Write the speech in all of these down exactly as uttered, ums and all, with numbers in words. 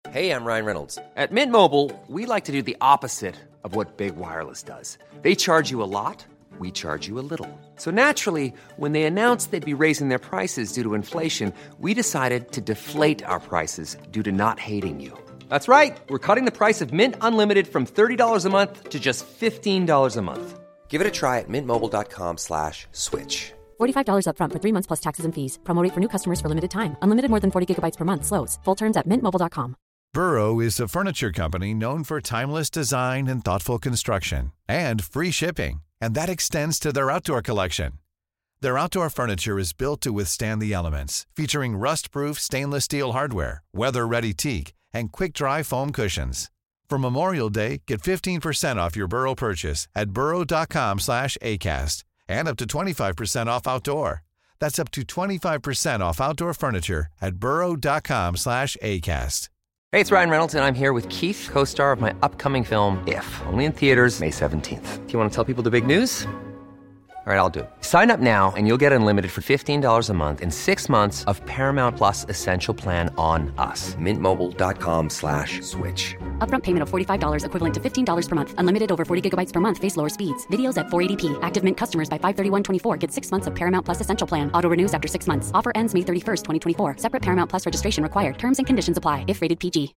Hey, I'm Ryan Reynolds. At Mint Mobile, we like to do the opposite of what Big Wireless does. They charge you a lot, we charge you a little. So naturally, when they announced they'd be raising their prices due to inflation, we decided to deflate our prices due to not hating you. That's right. We're cutting the price of Mint Unlimited from thirty dollars a month to just fifteen dollars a month. Give it a try at mintmobile.com slash switch. forty-five dollars up front for three months plus taxes and fees. Promo rate for new customers for limited time. Unlimited more than forty gigabytes per month. Slows full terms at mint mobile dot com. Burrow is a furniture company known for timeless design and thoughtful construction and free shipping, and that extends to their outdoor collection. Their outdoor furniture is built to withstand the elements, featuring rust-proof stainless steel hardware, weather-ready teak, and quick-dry foam cushions. For Memorial Day, get fifteen percent off your Burrow purchase at burrow.com slash ACAST and up to twenty-five percent off outdoor. That's up to twenty-five percent off outdoor furniture at burrow.com slash ACAST. Hey, it's Ryan Reynolds, and I'm here with Keith, co-star of my upcoming film, If, only in theaters May seventeenth. Do you want to tell people the big news? All right, I'll do it. Sign up now and you'll get unlimited for fifteen dollars a month and six months of Paramount Plus Essential Plan on us. Mintmobile.com slash switch. Upfront payment of forty-five dollars equivalent to fifteen dollars per month. Unlimited over forty gigabytes per month. Face lower speeds. Videos at four eighty p. Active Mint customers by five thirty-one twenty-four get six months of Paramount Plus Essential Plan. Auto renews after six months. Offer ends May thirty-first, twenty twenty-four. Separate Paramount Plus registration required. Terms and conditions apply if rated P G.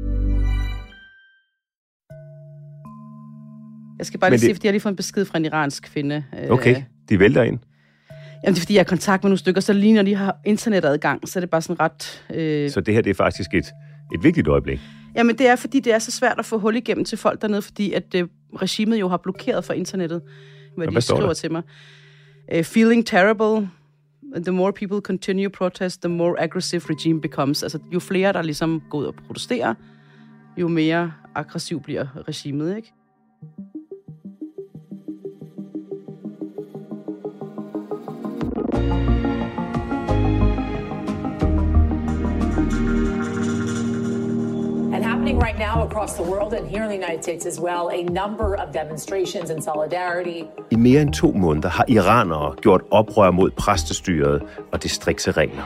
Jeg skal bare lige det... sige, fordi jeg har lige fået en besked fra en iransk kvinde. Okay, de vælter ind. Jamen, det er fordi, jeg er i kontakt med nogle stykker, så lige når de har internetadgang, så er det bare sådan ret... Øh... Så det her, det er faktisk et, et vigtigt øjeblik? Jamen, det er, fordi det er så svært at få hul igennem til folk dernede, fordi at øh, regimet jo har blokeret for internettet, hvad, hvad de skriver der? Til mig. Uh, Feeling terrible. The more people continue protest, the more aggressive regime becomes. Altså, jo flere, der ligesom går ud og protesterer, jo mere aggressiv bliver regimet, ikke? And happening right now across the world and here in the United States as well, a number of demonstrations in solidarity. I mere end to måneder har iranere gjort oprør mod præstestyret og de strikse regler.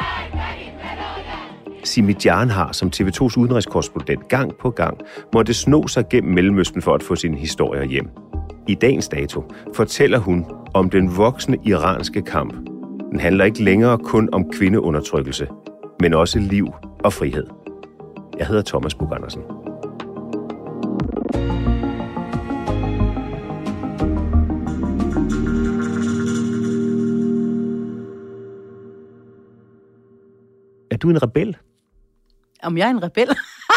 Simi Jan har som T V to's udenrigskorrespondent gang på gang måtte sno sig gennem Mellemøsten for at få sine historier hjem. I dagens dato fortæller hun om den voksende iranske kamp. Den handler ikke længere kun om kvindeundertrykkelse, men også liv og frihed. Jeg hedder Thomas Buch Andersen. Er du en rebel? Om jeg er en rebel?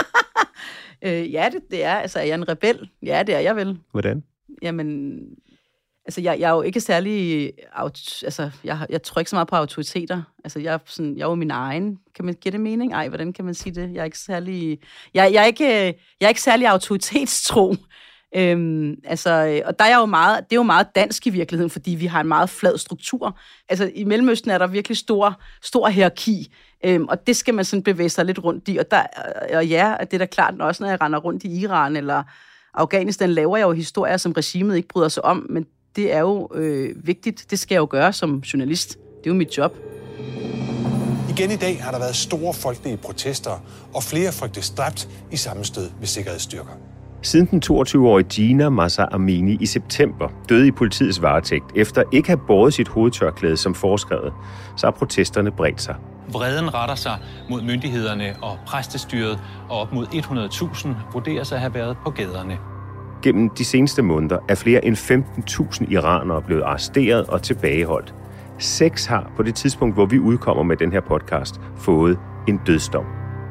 øh, ja, det, det er. Altså, er jeg en rebel? Ja, det er jeg vel. Hvordan? Jamen, altså, jeg, jeg er jo ikke særlig... Altså, jeg, jeg tror ikke så meget på autoriteter. Altså, jeg er, sådan, jeg er jo min egen. Kan man give det mening? Ej, hvordan kan man sige det? Jeg er ikke særlig... Jeg, jeg, er, ikke, jeg er ikke særlig autoritetstro. Øhm, altså, og der er jo meget, det er jo meget dansk i virkeligheden, fordi vi har en meget flad struktur. Altså, i Mellemøsten er der virkelig stor, stor hierarki, øhm, og det skal man sådan bevæge sig lidt rundt i. Og, der, og ja, det er da klart, også når jeg render rundt i Iran eller Afghanistan, laver jeg jo historier, som regimet ikke bryder sig om, men det er jo øh, vigtigt. Det skal jeg jo gøre som journalist. Det er jo mit job. Igen i dag har der været store folkelige protester, og flere frygtes dræbt i sammenstød med sikkerhedsstyrker. Siden den toogtyve-årige Gina Mahsa Amini i september døde i politiets varetægt, efter ikke at have båret sit hovedtørklæde som foreskrevet, så har protesterne bredt sig. Vreden retter sig mod myndighederne og præstestyret, og op mod hundrede tusind vurderes at have været på gaderne. Gennem de seneste måneder er flere end femten tusind iranere blevet arresteret og tilbageholdt. Seks har på det tidspunkt, hvor vi udkommer med den her podcast, fået en dødsdom.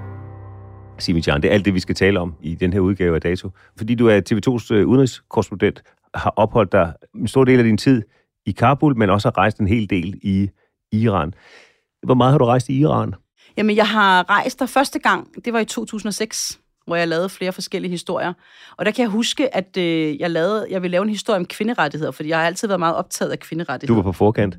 Simi Jan, det er alt det, vi skal tale om i den her udgave af Dato. Fordi du er T V to's udenrigskorrespondent, har opholdt dig en stor del af din tid i Kabul, men også har rejst en hel del i Iran. Hvor meget har du rejst i Iran? Jamen, jeg har rejst der første gang, det var i to tusind og seks, hvor jeg lavede flere forskellige historier. Og der kan jeg huske, at øh, jeg, lavede, jeg ville lave en historie om kvinderettigheder, fordi jeg har altid været meget optaget af kvinderettigheder. Du var på forkant?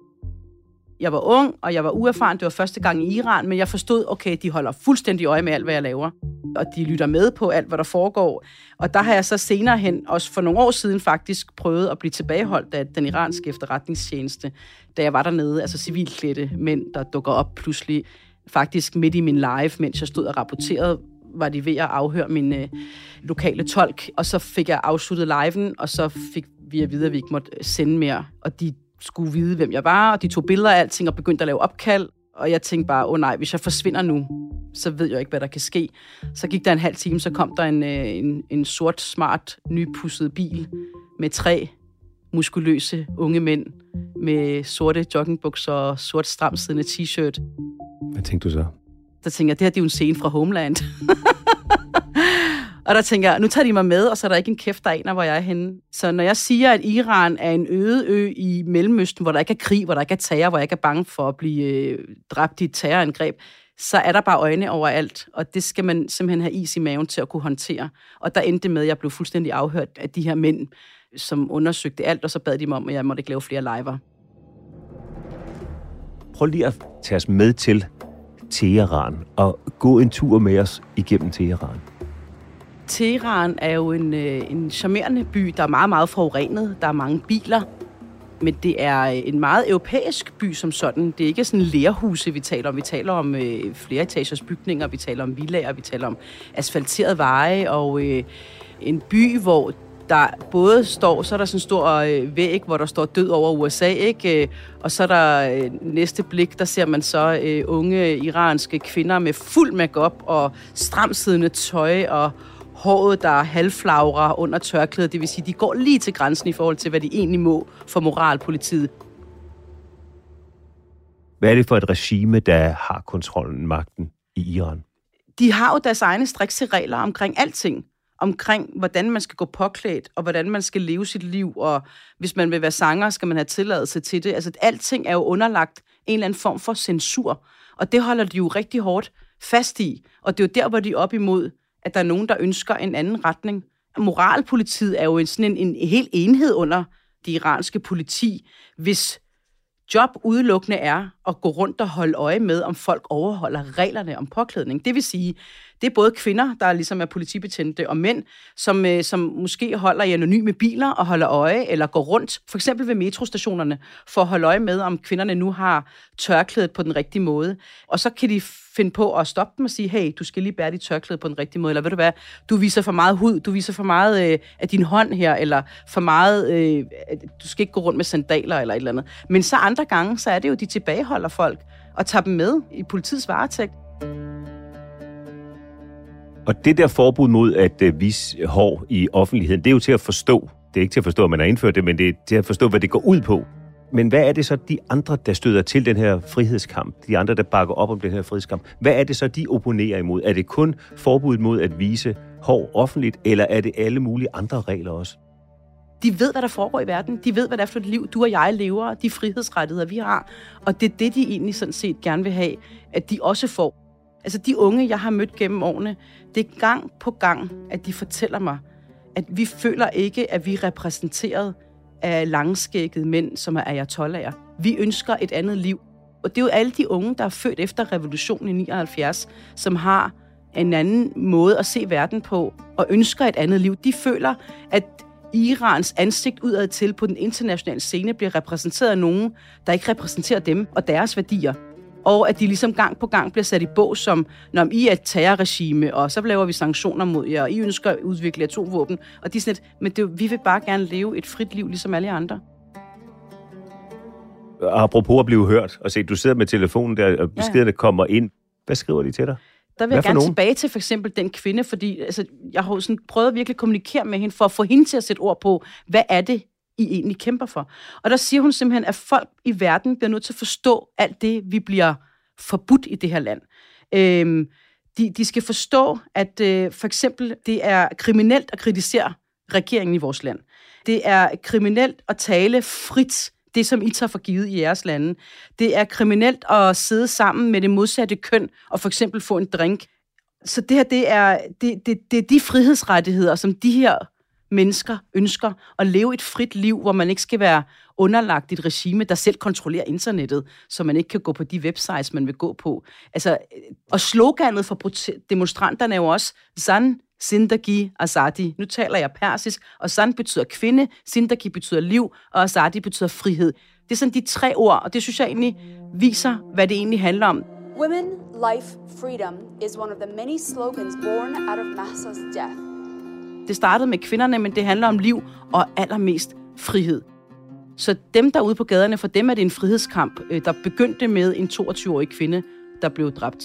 Jeg var ung, og jeg var uerfaren. Det var første gang i Iran, men jeg forstod, okay, de holder fuldstændig øje med alt, hvad jeg laver. Og de lytter med på alt, hvad der foregår. Og der har jeg så senere hen, også for nogle år siden faktisk, prøvet at blive tilbageholdt af den iranske efterretningstjeneste, da jeg var dernede, altså civilklædte mænd, der dukker op pludselig, faktisk midt i min live, mens jeg stod og rapporterede, var de ved at afhøre min øh, lokale tolk, og så fik jeg afsluttet liven, og så fik vi at vide, at vi ikke måtte sende mere. Og de skulle vide, hvem jeg var, og de tog billeder af alting og begyndte at lave opkald. Og jeg tænkte bare, åh oh, nej, hvis jeg forsvinder nu, så ved jeg ikke, hvad der kan ske. Så gik der en halv time, så kom der en, en, en sort, smart, nypudset bil med tre muskuløse unge mænd med sorte joggingbukser og sort stramsiddende t-shirt. Hvad tænkte du så? Der tænker jeg, det her det er jo en scene fra Homeland. Og der tænker jeg, nu tager de mig med, og så er der ikke en kæft, der aner, hvor jeg er henne. Så når jeg siger, at Iran er en øde ø i Mellemøsten, hvor der ikke er krig, hvor der ikke er terror, hvor jeg ikke er bange for at blive øh, dræbt i et terrorangreb, så er der bare øjne overalt, og det skal man simpelthen have is i maven til at kunne håndtere. Og der endte med, at jeg blev fuldstændig afhørt af de her mænd, som undersøgte alt, og så bad de mig om, at jeg måtte ikke lave flere liver. Prøv lige at tage os med til Teheran og gå en tur med os igennem Teheran. Teheran er jo en, en charmerende by, der er meget, meget forurenet. Der er mange biler, men det er en meget europæisk by som sådan. Det er ikke sådan lerhuse, vi taler om. Vi taler om øh, fleretagers bygninger, vi taler om villaer, vi taler om asfalterede veje, og øh, en by, hvor der både står, så er der sådan en stor øh, væg, hvor der står død over U S A, ikke? Og så er der øh, næste blik, der ser man så øh, unge iranske kvinder med fuld makeup og stramsiddende tøj og håret, der halvflagrer under tørklædet. Det vil sige, de går lige til grænsen i forhold til, hvad de egentlig må for moralpolitiet. Hvad er det for et regime, der har kontrollen, magten i Iran? De har jo deres egne strikse regler omkring alting. Omkring, hvordan man skal gå påklædt, og hvordan man skal leve sit liv, og hvis man vil være sanger, skal man have tilladelse til det. Altså, alting er jo underlagt en eller anden form for censur, og det holder de jo rigtig hårdt fast i. Og det er jo der, hvor de er op imod, at der er nogen, der ønsker en anden retning. Moralpolitiet er jo en, sådan en, en hel enhed under det iranske politi, hvis job udelukkende er at gå rundt og holde øje med, om folk overholder reglerne om påklædning. Det vil sige, det er både kvinder, der ligesom er politibetjente, og mænd, som, øh, som måske holder i anonyme biler og holder øje, eller går rundt, for eksempel ved metrostationerne, for at holde øje med, om kvinderne nu har tørklædet på den rigtige måde. Og så kan de finde på at stoppe dem og sige, hey, du skal lige bære dit tørklæde på den rigtige måde, eller ved du hvad, du viser for meget hud, du viser for meget øh, af din hånd her, eller for meget, øh, du skal ikke gå rundt med sandaler, eller et eller andet. Men så andre gange, så er det jo, de tilbageholder folk, og tager dem med i politiets varetægt. Og det der forbud mod at uh, vise hår i offentligheden, det er jo til at forstå. Det er ikke til at forstå, at man har indført det, men det er til at forstå, hvad det går ud på. Men hvad er det så de andre, der støder til den her frihedskamp? De andre, der bakker op om den her frihedskamp? Hvad er det så, de opponerer imod? Er det kun forbud mod at vise hår offentligt, eller er det alle mulige andre regler også? De ved, hvad der foregår i verden. De ved, hvad det er for et liv, du og jeg lever, de frihedsrettigheder, vi har. Og det er det, de egentlig sådan set gerne vil have, at de også får. Altså de unge, jeg har mødt gennem årene, det er gang på gang, at de fortæller mig, at vi føler ikke, at vi er repræsenteret af langskæggede mænd, som er ayatollaher. Vi ønsker et andet liv. Og det er jo alle de unge, der er født efter revolutionen i nioghalvfjerds, som har en anden måde at se verden på, og ønsker et andet liv. De føler, at Irans ansigt udad til på den internationale scene bliver repræsenteret af nogen, der ikke repræsenterer dem og deres værdier. Og at de ligesom gang på gang bliver sat i bås som, når I er et terrorregime, og så laver vi sanktioner mod jer, og I ønsker at udvikle atomvåben. Og de er sådan et, men det, vi vil bare gerne leve et frit liv, ligesom alle andre. Apropos at blive hørt, og se, du sidder med telefonen der, og beskederne ja. kommer ind. Hvad skriver de til dig? Der vil jeg gerne nogen? tilbage til for eksempel den kvinde, fordi altså, jeg har sådan prøvet at virkelig kommunikere med hende, for at få hende til at sætte ord på, hvad er det, I egentlig kæmper for. Og der siger hun simpelthen, at folk i verden bliver nødt til at forstå alt det, vi bliver forbudt i det her land. Øhm, de, de skal forstå, at øh, for eksempel det er kriminelt at kritisere regeringen i vores land. Det er kriminelt at tale frit, det som I tager for givet i jeres lande. Det er kriminelt at sidde sammen med det modsatte køn og for eksempel få en drink. Så det her, det er, det, det, det er de frihedsrettigheder, som de her mennesker ønsker at leve et frit liv, hvor man ikke skal være underlagt et regime, der selv kontrollerer internettet, så man ikke kan gå på de websites, man vil gå på. Altså, og sloganet for demonstranterne er jo også Zan Zindagi Azadi. Nu taler jeg persisk, og Zan betyder kvinde, Zindagi betyder liv, og Azadi betyder frihed. Det er sådan de tre ord, og det synes jeg egentlig viser, hvad det egentlig handler om. Women, life, freedom is one of the many slogans born out of Mahsa's death. Det startede med kvinderne, men det handler om liv og allermest frihed. Så dem, der er ude på gaderne, for dem er det en frihedskamp, der begyndte med en toogtyve-årig kvinde, der blev dræbt.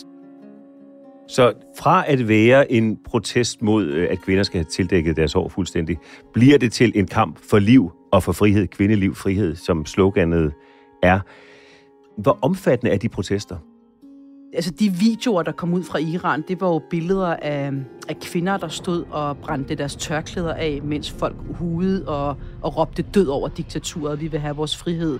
Så fra at være en protest mod, at kvinder skal have tildækket deres hår fuldstændig, bliver det til en kamp for liv og for frihed, kvindeliv, frihed, som sloganet er. Hvor omfattende er de protester? Altså de videoer, der kom ud fra Iran, det var jo billeder af, af kvinder, der stod og brændte deres tørklæder af, mens folk hudede og, og råbte død over diktaturet. Vi vil have vores frihed.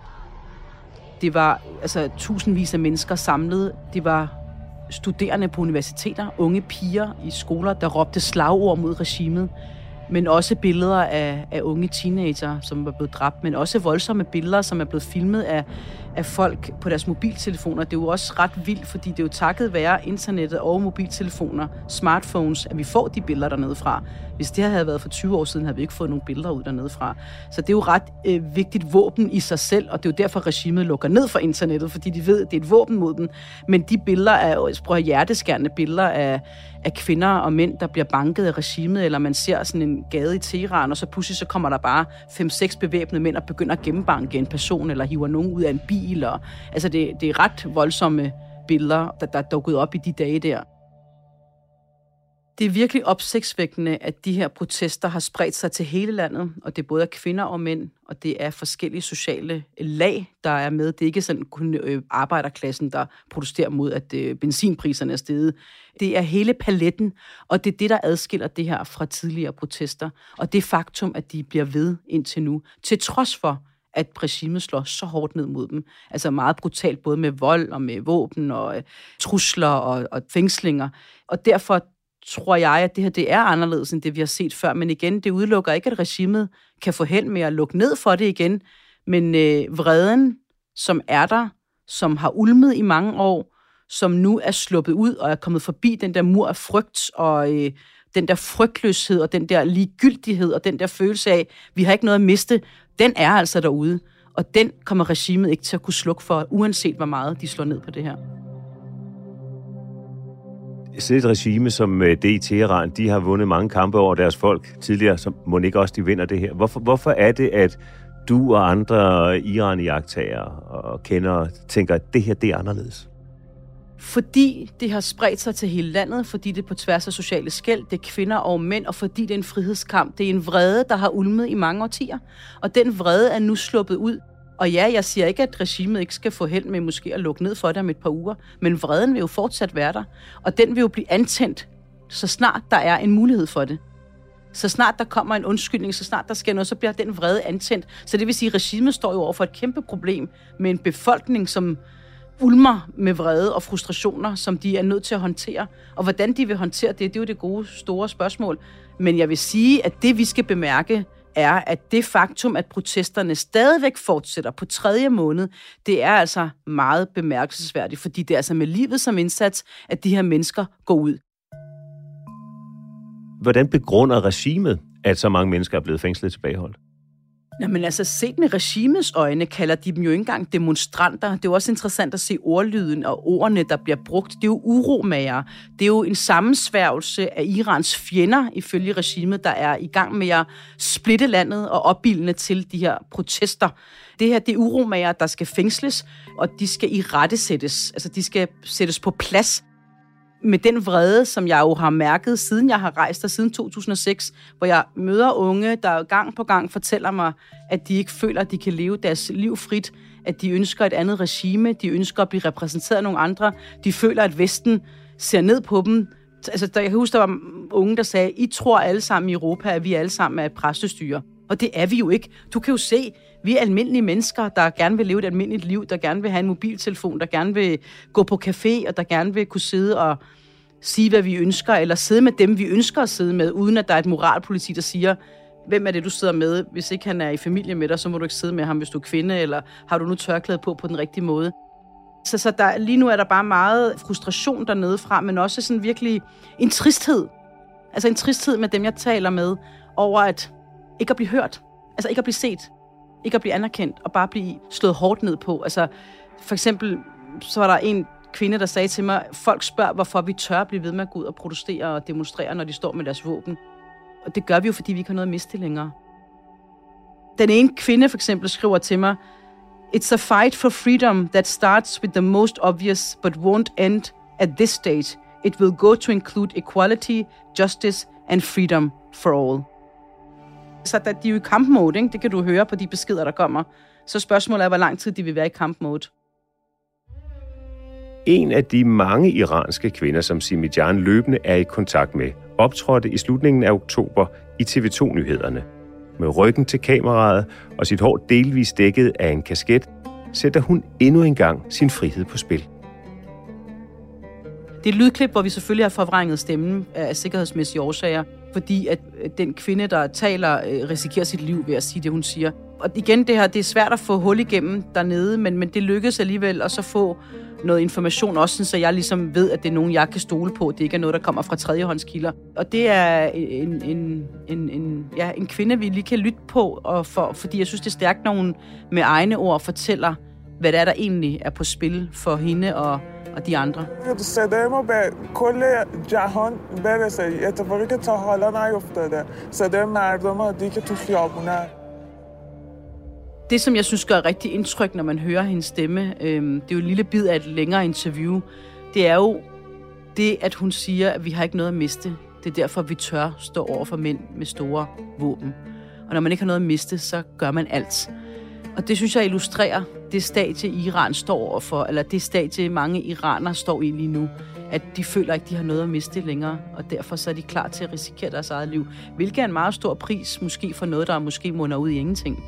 Det var altså tusindvis af mennesker samlet. Det var studerende på universiteter, unge piger i skoler, der råbte slagord mod regimet. Men også billeder af, af unge teenager, som var blevet dræbt, men også voldsomme billeder, som er blevet filmet af, af folk på deres mobiltelefoner. Det er jo også ret vildt, fordi det er jo takket være internettet og mobiltelefoner, smartphones, at vi får de billeder dernede fra. Hvis det havde været for tyve år siden, havde vi ikke fået nogle billeder ud dernede fra. Så det er jo ret øh, vigtigt våben i sig selv, og det er jo derfor, regimet lukker ned for internettet, fordi de ved, at det er et våben mod dem. Men de billeder er jo sprøj hjerteskærende billeder af, af kvinder og mænd, der bliver banket af regimet, eller man ser sådan en gade i Teheran, og så pludselig så kommer der bare fem seks bevæbnede mænd og begynder at gennembanke en person, eller hiver nogen ud af en bil. Og, altså det, det er ret voldsomme billeder, der, der er dukket op i de dage der. Det er virkelig opsigtsvækkende, at de her protester har spredt sig til hele landet, og det er både kvinder og mænd, og det er forskellige sociale lag, der er med. Det er ikke sådan kun arbejderklassen, der protesterer mod, at benzinpriserne er steget. Det er hele paletten, og det er det, der adskiller det her fra tidligere protester. Og det faktum, at de bliver ved indtil nu, til trods for, at regimet slår så hårdt ned mod dem. Altså meget brutalt, både med vold og med våben og øh, trusler og, og fængslinger. Og derfor tror jeg, at det her det er anderledes end det, vi har set før. Men igen, det udelukker ikke, at regimet kan få held med at lukke ned for det igen. Men øh, vreden, som er der, som har ulmet i mange år, som nu er sluppet ud og er kommet forbi den der mur af frygt og øh, den der frygtløshed og den der ligegyldighed og den der følelse af, vi har ikke noget at miste, den er altså derude. Og den kommer regimet ikke til at kunne slukke for, uanset hvor meget de slår ned på det her. Så et regime som det i Teheran, de har vundet mange kampe over deres folk tidligere, så må ikke også de vinder det her. Hvorfor, hvorfor er det, at du og andre Iran-iagttagere og kendere tænker, at det her det er anderledes? Fordi det har spredt sig til hele landet, fordi det er på tværs af sociale skel, det er kvinder og mænd, og fordi det er en frihedskamp. Det er en vrede, der har ulmet i mange årtier, og den vrede er nu sluppet ud. Og ja, jeg siger ikke, at regimet ikke skal få held med måske at lukke ned for det om et par uger, men vreden vil jo fortsat være der, og den vil jo blive antændt, så snart der er en mulighed for det. Så snart der kommer en undskyldning, så snart der sker noget, så bliver den vrede antændt. Så det vil sige, at regimet står jo over for et kæmpe problem med en befolkning, som ulmer med vrede og frustrationer, som de er nødt til at håndtere. Og hvordan de vil håndtere det, det er jo det gode, store spørgsmål. Men jeg vil sige, at det vi skal bemærke, er, at det faktum, at protesterne stadigvæk fortsætter på tredje måned, det er altså meget bemærkelsesværdigt, fordi det er altså med livet som indsats, at de her mennesker går ud. Hvordan begrunder regimet, at så mange mennesker er blevet fængslet tilbageholdt? Jamen altså, set med regimets øjne, kalder de dem jo ikke engang demonstranter. Det er jo også interessant at se ordlyden og ordene, der bliver brugt. Det er jo uromager. Det er jo en sammensværgelse af Irans fjender, ifølge regimet, der er i gang med at splitte landet og opildne til de her protester. Det her, det er uromager, der skal fængsles, og de skal irettesættes. Altså, de skal sættes på plads. Med den vrede, som jeg jo har mærket, siden jeg har rejst der siden to tusind og seks, hvor jeg møder unge, der gang på gang fortæller mig, at de ikke føler, at de kan leve deres liv frit, at de ønsker et andet regime, de ønsker at blive repræsenteret af nogle andre, de føler, at Vesten ser ned på dem. Altså, der, jeg husker, der var unge, der sagde, I tror alle sammen i Europa, at vi alle sammen er et præstestyre. Og det er vi jo ikke. Du kan jo se, vi er almindelige mennesker, der gerne vil leve et almindeligt liv, der gerne vil have en mobiltelefon, der gerne vil gå på café, og der gerne vil kunne sidde og sige, hvad vi ønsker, eller sidde med dem, vi ønsker at sidde med, uden at der er et moralpoliti, der siger, hvem er det, du sidder med? Hvis ikke han er i familie med dig, så må du ikke sidde med ham, hvis du er kvinde, eller har du nu tørklæde på på den rigtige måde. Så, så der, lige nu er der bare meget frustration dernede fra, men også sådan virkelig en tristhed. Altså en tristhed med dem, jeg taler med, over at ikke at blive hørt. Altså ikke at blive set. Ikke at blive anerkendt, og bare blive slået hårdt ned på. Altså for eksempel, så var der en kvinde, der sagde til mig, folk spørger, hvorfor vi tør blive ved med at gå ud og protestere og demonstrere, når de står med deres våben. Og det gør vi jo, fordi vi ikke har noget at miste længere. Den ene kvinde for eksempel skriver til mig, It's a fight for freedom that starts with the most obvious, but won't end at this stage. It will go to include equality, justice and freedom for all. Så der, de er jo i kampmode, ikke? Det kan du høre på de beskeder, der kommer. Så spørgsmålet er, hvor lang tid de vil være i kampmode. En af de mange iranske kvinder, som Simi-Jan løbende er i kontakt med, optrådte i slutningen af oktober i T V to-nyhederne. Med ryggen til kameraet og sit hår delvis dækket af en kasket, sætter hun endnu engang sin frihed på spil. Det er et lydklip, hvor vi selvfølgelig har forvrænget stemmen af sikkerhedsmæssige årsager, fordi at den kvinde, der taler, risikerer sit liv ved at sige det, hun siger. Og igen, det her, det er svært at få hul igennem dernede, men, men det lykkedes alligevel at så få noget information også, så jeg ligesom ved, at det er nogen, jeg kan stole på. Det ikke er noget, der kommer fra tredjehåndskilder. Og det er en, en, en, en, ja, en kvinde, vi lige kan lytte på, og for, fordi jeg synes, det er stærkt, når hun med egne ord fortæller, hvad det er, der egentlig er på spil for hende og, og de andre. Det, som jeg synes gør rigtig indtryk, når man hører hendes stemme, øh, det er jo en lille bid af et længere interview, det er jo det, at hun siger, at vi har ikke noget at miste. Det er derfor, vi tør stå over for mænd med store våben. Og når man ikke har noget at miste, så gør man alt. Og det synes jeg illustrerer det stadie, Iran står overfor, eller det stadie, mange iranere står i lige nu, at de føler ikke, de har noget at miste længere, og derfor så er de klar til at risikere deres eget liv. Hvilket er en meget stor pris, måske for noget, der måske munder ud i ingenting.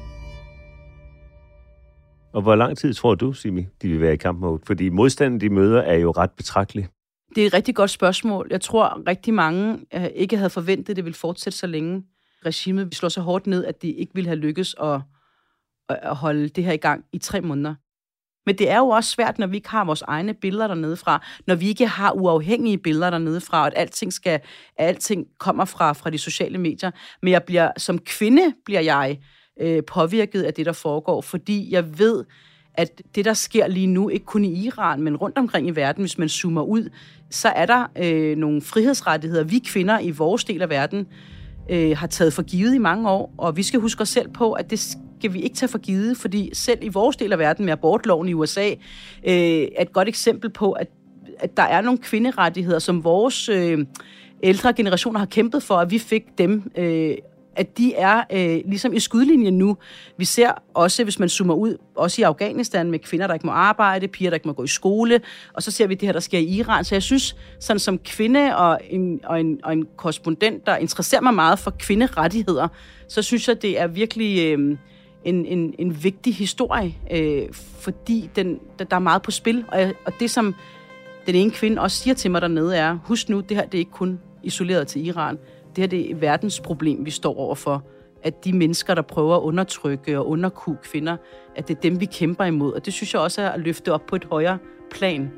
Og hvor lang tid tror du, Simi, de vil være i kampmode? Fordi modstanden, de møder, er jo ret betragtelig. Det er et rigtig godt spørgsmål. Jeg tror, rigtig mange ikke havde forventet, at det ville fortsætte så længe. Regimet slår så hårdt ned, at de ikke ville have lykkes at, at holde det her i gang i tre måneder. Men det er jo også svært, når vi ikke har vores egne billeder dernede fra, når vi ikke har uafhængige billeder dernede fra, og at alting, skal, at alting kommer fra, fra de sociale medier. Men jeg bliver, som kvinde bliver jeg øh, påvirket af det, der foregår, fordi jeg ved, at det, der sker lige nu, ikke kun i Iran, men rundt omkring i verden, hvis man zoomer ud, så er der øh, nogle frihedsrettigheder, vi kvinder i vores del af verden øh, har taget for givet i mange år, og vi skal huske os selv på, at det skal vi ikke tage for givet, fordi selv i vores del af verden med abortloven i U S A, øh, er et godt eksempel på, at, at der er nogle kvinderettigheder, som vores øh, ældre generationer har kæmpet for, at vi fik dem, øh, at de er øh, ligesom i skudlinjen nu. Vi ser også, hvis man zoomer ud, også i Afghanistan med kvinder, der ikke må arbejde, piger, der ikke må gå i skole, og så ser vi det her, der sker i Iran. Så jeg synes, sådan som kvinde og en, og en, og en korrespondent, der interesserer mig meget for kvinderettigheder, så synes jeg, det er virkelig øh, en, en, en vigtig historie, øh, fordi den, der, der er meget på spil. Og, jeg, og det, som den ene kvinde også siger til mig dernede, er, husk nu, det her det er ikke kun isoleret til Iran. Det her det er et verdensproblem, vi står overfor. At de mennesker, der prøver at undertrykke og underkue kvinder, at det er dem, vi kæmper imod. Og det synes jeg også er at løfte op på et højere plan.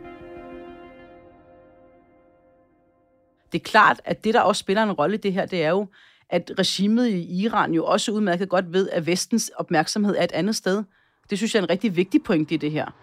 Det er klart, at det, der også spiller en rolle i det her, det er jo, at regimet i Iran jo også udmærket godt ved, at vestens opmærksomhed er et andet sted. Det synes jeg er en rigtig vigtig pointe i det her.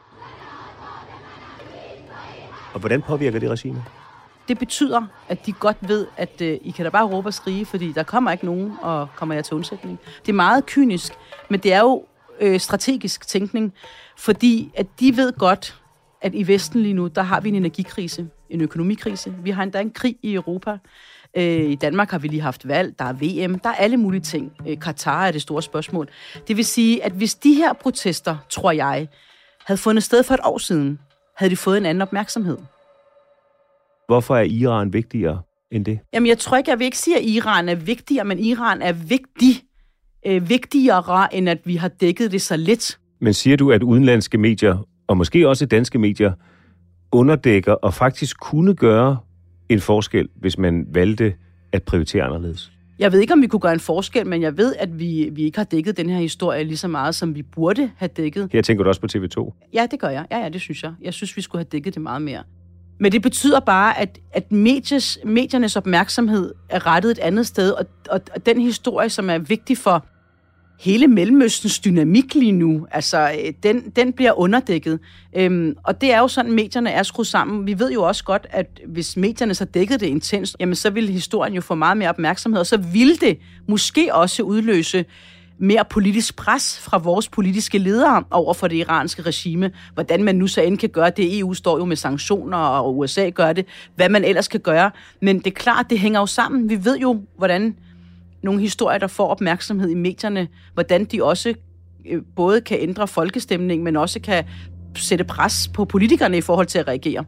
Og hvordan påvirker det regimet? Det betyder, at de godt ved, at øh, I kan da bare råbe og skrige, fordi der kommer ikke nogen, og kommer jeg til undsætning. Det er meget kynisk, men det er jo øh, strategisk tænkning, fordi at de ved godt, at i Vesten lige nu, der har vi en energikrise, en økonomikrise. Vi har endda en krig i Europa. Øh, I Danmark har vi lige haft valg, der er V M, der er alle mulige ting. Øh, Katar er det store spørgsmål. Det vil sige, at hvis de her protester, tror jeg, havde fundet sted for et år siden, havde de fået en anden opmærksomhed. Hvorfor er Iran vigtigere end det? Jamen, jeg tror ikke, jeg vil ikke sige, at Iran er vigtigere, men Iran er vigtig, øh, vigtigere, end at vi har dækket det så lidt. Men siger du, at udenlandske medier, og måske også danske medier, underdækker og faktisk kunne gøre en forskel, hvis man valgte at prioritere anderledes? Jeg ved ikke, om vi kunne gøre en forskel, men jeg ved, at vi, vi ikke har dækket den her historie lige så meget, som vi burde have dækket. Her tænker du også på T V to? Ja, det gør jeg. Ja, ja, det synes jeg. Jeg synes, vi skulle have dækket det meget mere. Men det betyder bare, at, at medies, mediernes opmærksomhed er rettet et andet sted, og, og, og den historie, som er vigtig for hele Mellemøstens dynamik lige nu, altså den, den bliver underdækket. Øhm, og det er jo sådan, medierne er skruet sammen. Vi ved jo også godt, at hvis medierne så dækkede det intenst, jamen så ville historien jo få meget mere opmærksomhed, og så ville det måske også udløse mere politisk pres fra vores politiske ledere over for det iranske regime. Hvordan man nu så end kan gøre det. E U står jo med sanktioner, og U S A gør det. Hvad man ellers kan gøre. Men det er klart, det hænger jo sammen. Vi ved jo, hvordan nogle historier, der får opmærksomhed i medierne, hvordan de også øh, både kan ændre folkestemningen, men også kan sætte pres på politikerne i forhold til at reagere.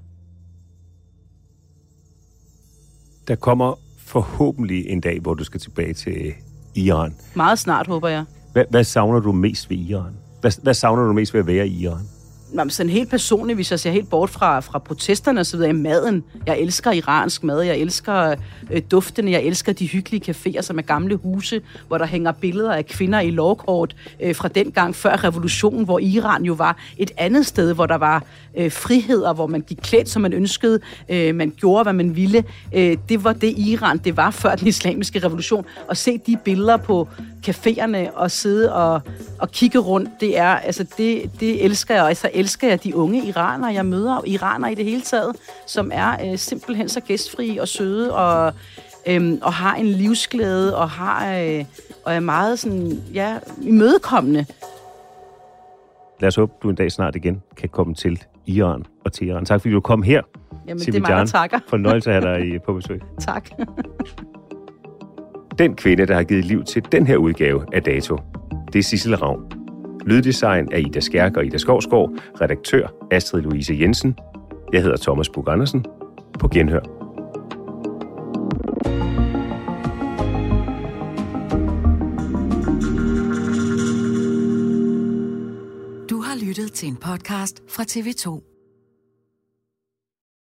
Der kommer forhåbentlig en dag, hvor du skal tilbage til Iran. Meget snart, håber jeg. Hvad, hvad savner du mest ved Iran? Hvad, hvad savner du mest ved at være i Iran? Jamen, sådan helt personligt, hvis jeg ser helt bort fra, fra protesterne og så videre, maden. Jeg elsker iransk mad, jeg elsker øh, duftene, jeg elsker de hyggelige caféer, som er gamle huse, hvor der hænger billeder af kvinder i lovkort øh, fra den gang før revolutionen, hvor Iran jo var et andet sted, hvor der var øh, friheder, hvor man gik klædt, som man ønskede, øh, man gjorde, hvad man ville. Øh, det var det Iran, det var før den islamiske revolution. Og se de billeder på caféerne og sidde og, og kigge rundt, det er, altså det, det elsker jeg, og så elsker jeg de unge iranere, jeg møder, iranere i det hele taget, som er øh, simpelthen så gæstfrie og søde, og, øh, og har en livsglæde, og, har, øh, og er meget sådan, ja, imødekommende. Lad os håbe, du en dag snart igen kan komme til Iran og Teheran. Tak fordi du kom her. Jamen, det er mig, der takker. Fornøjelse at have dig på besøg. Tak. Den kvinde, der har givet liv til den her udgave af Dato, det er Sissel Ravn. Lyddesign af Ida Skærk og Ida Skovsgaard. Redaktør Astrid Louise Jensen. Jeg hedder Thomas Buch Andersen. På genhør. Du har lyttet til en podcast fra T V to.